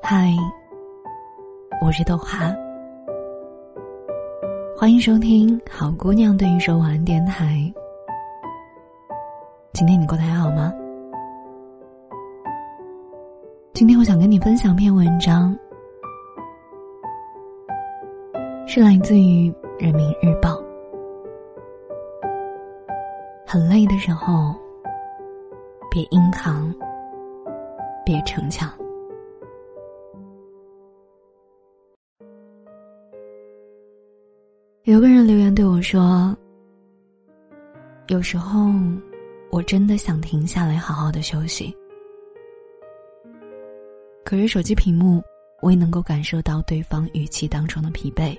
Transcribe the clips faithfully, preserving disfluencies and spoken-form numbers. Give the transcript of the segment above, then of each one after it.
嗨，我是豆花，欢迎收听好姑娘对你说晚安电台。今天你过得还好吗？今天我想跟你分享篇文章，是来自于人民日报。很累的时候，别硬扛，别逞强。有个人留言对我说，有时候我真的想停下来好好的休息，可是手机屏幕我也能够感受到对方语气当中的疲惫。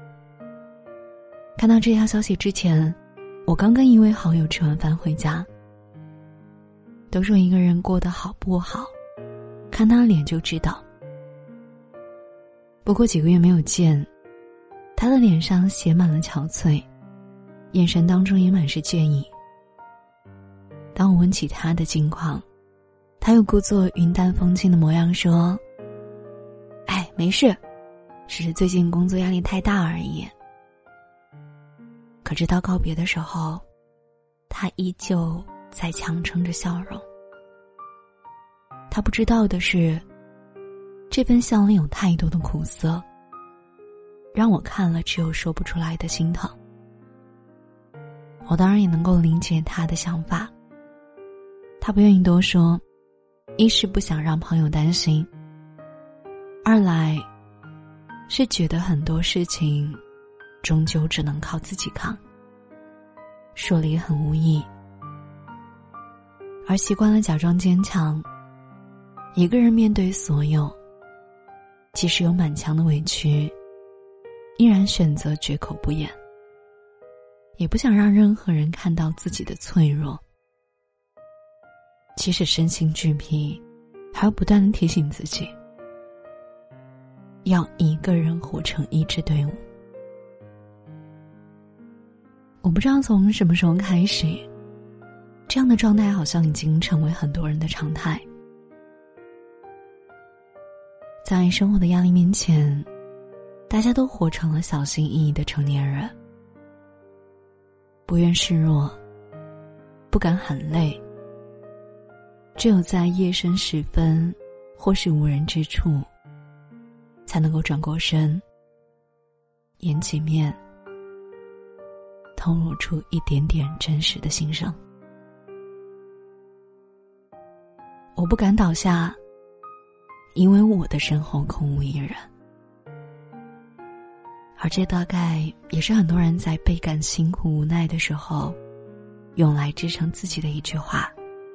看到这条消息之前，我刚跟一位好友吃完饭回家，都说一个人过得好不好，看他脸就知道。不过几个月没有见，他的脸上写满了憔悴，眼神当中也满是倦意。当我问起他的近况，他又故作云淡风轻的模样说，哎，没事，只是最近工作压力太大而已。可直到告别的时候，他依旧在强撑着笑容。他不知道的是，这份笑里有太多的苦涩，让我看了只有说不出来的心疼。我当然也能够理解他的想法，他不愿意多说，一是不想让朋友担心，二来是觉得很多事情终究只能靠自己扛，说了也很无益。而习惯了假装坚强，一个人面对所有，即使有满腔的委屈，依然选择绝口不言，也不想让任何人看到自己的脆弱。即使身心俱疲，还要不断地提醒自己，要一个人活成一支队伍。我不知道从什么时候开始，这样的状态好像已经成为很多人的常态。在生活的压力面前，大家都活成了小心翼翼的成年人，不愿示弱，不敢喊累，只有在夜深时分或是无人之处，才能够转过身，掩起面，透露出一点点真实的心声。我不敢倒下，因为我的身后空无一人。而这大概也是很多人在倍感辛苦无奈的时候，用来支撑自己的一句话。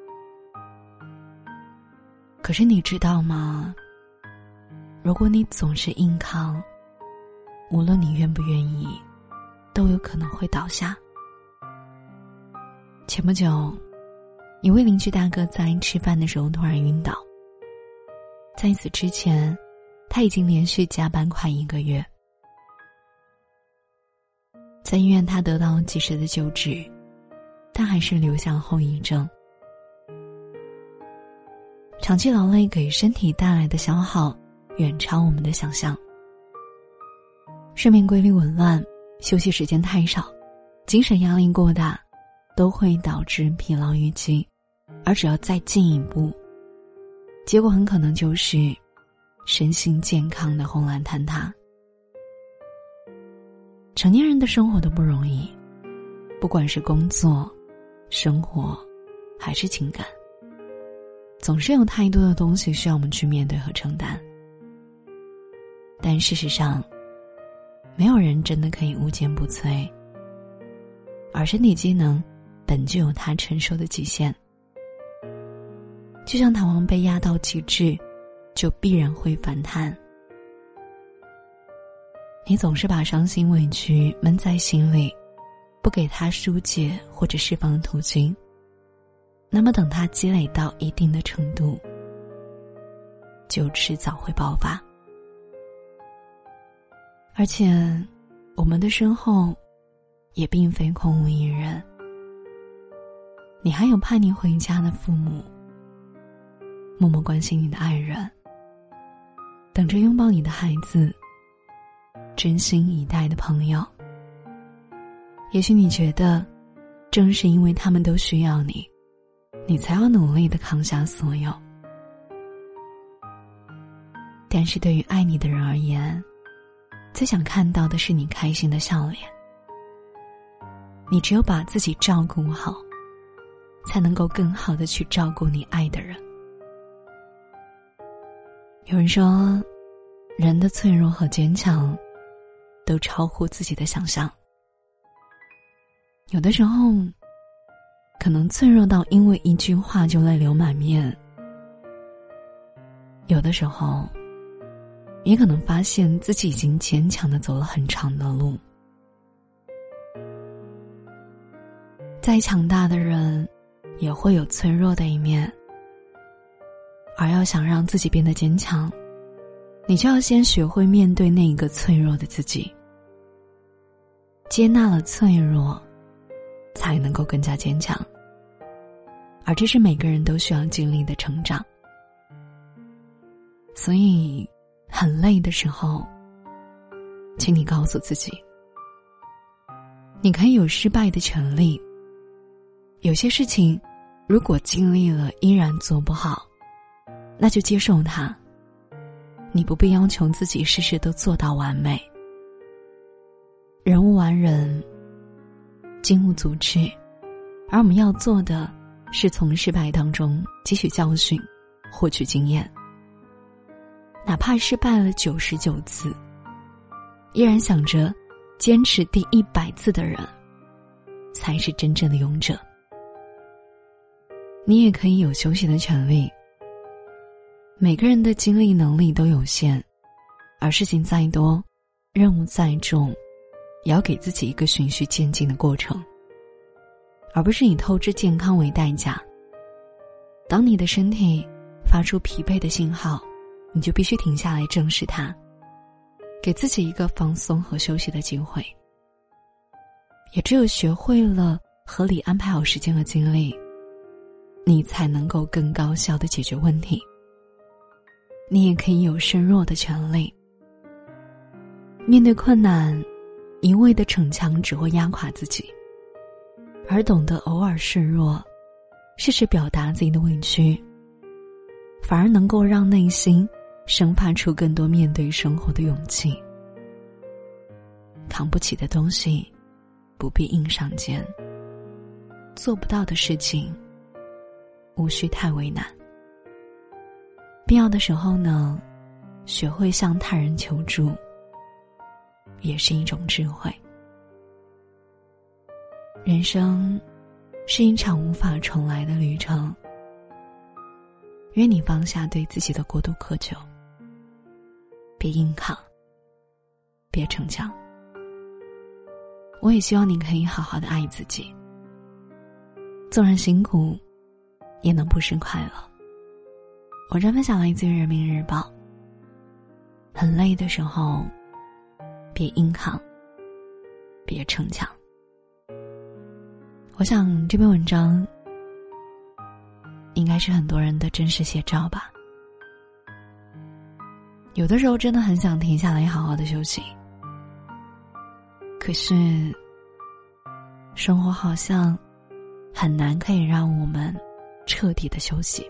可是你知道吗？如果你总是硬扛，无论你愿不愿意，都有可能会倒下。前不久，一位邻居大哥在吃饭的时候突然晕倒。在此之前，他已经连续加班快一个月。在医院他得到及时的救治，但还是留下后遗症。长期劳累给身体带来的消耗远超我们的想象。睡眠规律紊乱，休息时间太少，精神压力过大，都会导致疲劳淤积，而只要再进一步，结果很可能就是身心健康的轰然坍塌。成年人的生活都不容易，不管是工作、生活还是情感，总是有太多的东西需要我们去面对和承担。但事实上，没有人真的可以无坚不摧，而身体机能本就有它承受的极限。就像弹簧被压到极致，就必然会反弹。你总是把伤心委屈闷在心里，不给它疏解或者释放途径，那么等它积累到一定的程度，就迟早会爆发。而且我们的身后也并非空无一人，你还有盼你回家的父母，默默关心你的爱人， 等着拥抱你的孩子，真心以待的朋友。也许你觉得正是因为他们都需要你，你才要努力地扛下所有。但是对于爱你的人而言，最想看到的是你开心的笑脸。你只有把自己照顾好，才能够更好地去照顾你爱的人。有人说，人的脆弱和坚强都超乎自己的想象。有的时候可能脆弱到因为一句话就泪流满面，有的时候也可能发现自己已经坚强地走了很长的路。再强大的人也会有脆弱的一面，而要想让自己变得坚强，你就要先学会面对那一个脆弱的自己。接纳了脆弱，才能够更加坚强，而这是每个人都需要经历的成长。所以很累的时候，请你告诉自己，你可以有失败的权利。有些事情如果经历了依然做不好，那就接受它。你不必要求自己事事都做到完美。人无完人，金无足赤，而我们要做的是从失败当中汲取教训，获取经验。哪怕失败了九十九次，依然想着坚持第一百次的人，才是真正的勇者。你也可以有休息的权利。每个人的精力能力都有限，而事情再多，任务再重，也要给自己一个循序渐进的过程，而不是以透支健康为代价。当你的身体发出疲惫的信号，你就必须停下来正视它，给自己一个放松和休息的机会。也只有学会了合理安排好时间和精力，你才能够更高效地解决问题。你也可以有示弱的权利。面对困难，一味的逞强只会压垮自己，而懂得偶尔示弱，适时表达自己的委屈，反而能够让内心生发出更多面对生活的勇气。扛不起的东西，不必硬上肩；做不到的事情，无需太为难。必要的时候呢，学会向他人求助，也是一种智慧。人生是一场无法重来的旅程，愿你放下对自己的过度苛求，别硬扛，别逞强。我也希望你可以好好的爱自己，纵然辛苦，也能不失快乐。我这分享来自于人民日报。很累的时候，别硬扛，别逞强。我想这篇文章应该是很多人的真实写照吧。有的时候真的很想停下来好好的休息，可是生活好像很难可以让我们彻底的休息。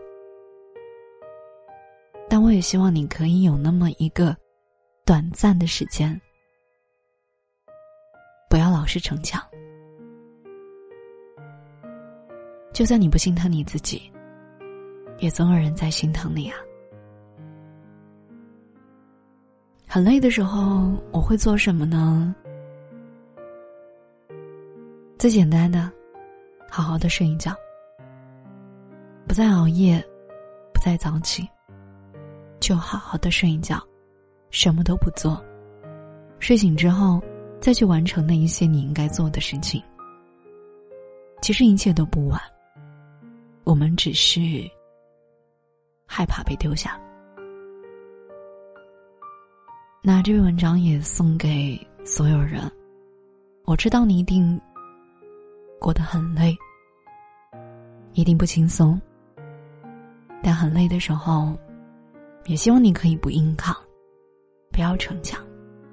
但我也希望你可以有那么一个短暂的时间，不要老是逞强。就算你不心疼你自己，也总有人在心疼你啊。很累的时候，我会做什么呢？最简单的，好好的睡一觉，不再熬夜，不再早起，就好好的睡一觉，什么都不做。睡醒之后，再去完成那一些你应该做的事情。其实一切都不晚，我们只是害怕被丢下。那这篇文章也送给所有人，我知道你一定过得很累，一定不轻松，但很累的时候，也希望你可以不硬扛， 不要逞强。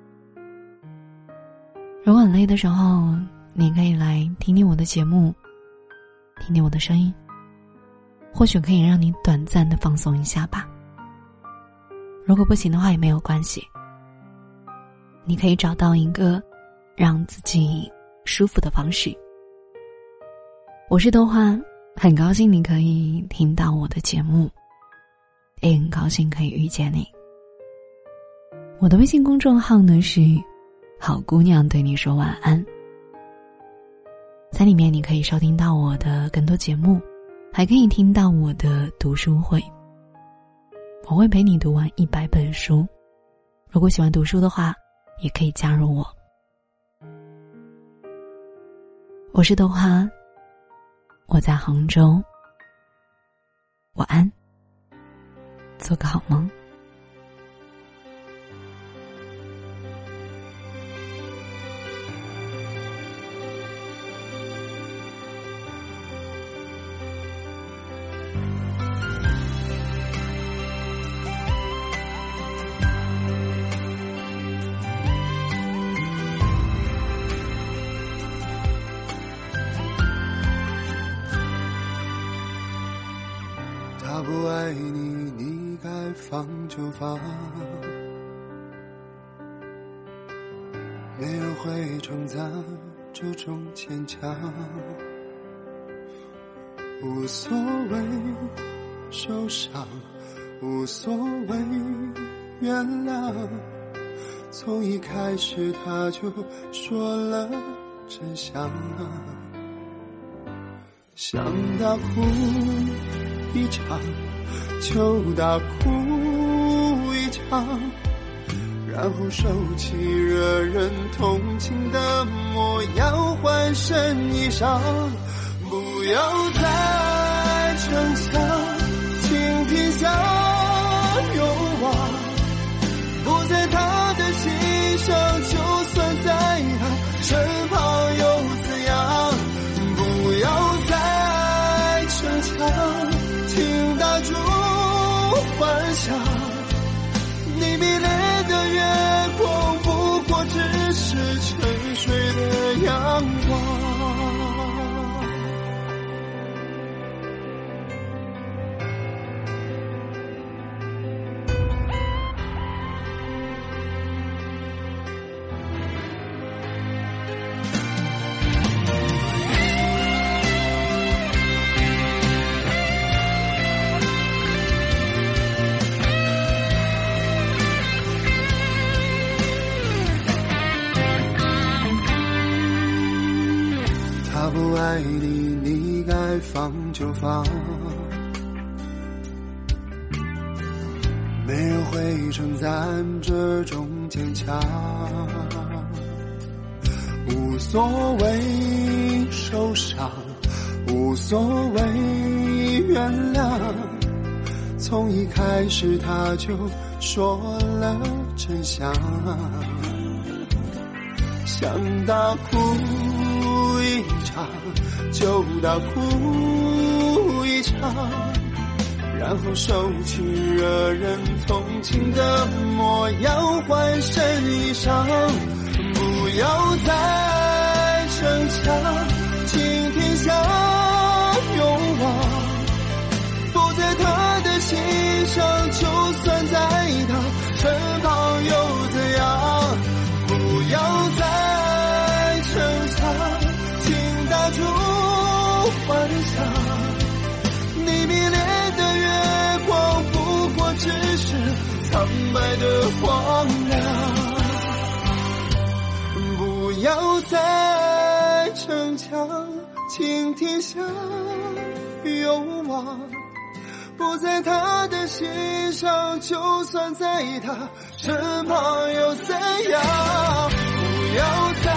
如果很累的时候，你可以来听听我的节目，听听我的声音，或许可以让你短暂的放松一下吧。如果不行的话也没有关系，你可以找到一个让自己舒服的方式。我是豆花，很高兴你可以听到我的节目，也很高兴可以遇见你。我的微信公众号呢是好姑娘对你说晚安，在里面你可以收听到我的更多节目，还可以听到我的读书会。我会陪你读完一百本书，如果喜欢读书的话也可以加入我。我是豆花，我在杭州，晚安，做个好梦。 他不爱你，你该放就放，没人会称赞这种坚强。无所谓受伤，无所谓原谅，从一开始他就说了真相。想大哭一场，就大哭一场，然后收起惹人同情的模样，换身衣裳。不要再逞强，倾听下勇往，不在他的心上，就算在他身旁又怎样？不要再逞强，请打住幻想，你迷恋的月光不过只是沉睡的阳光。他不爱你，你该放就放，没人会称赞这种坚强。无所谓受伤，无所谓原谅，从一开始他就说了真相。想大哭一场，就大哭一场，然后收起惹人同情的模样，换身衣裳。不要再逞强，倾听下勇往，不在他的心上，就算在他身旁又怎样？不要再逞强，请打住幻想，你迷恋的月光不过只是苍白的荒凉。不要再逞强，倾听下勇往，不在他的心上，就算在他身旁又怎样？不要再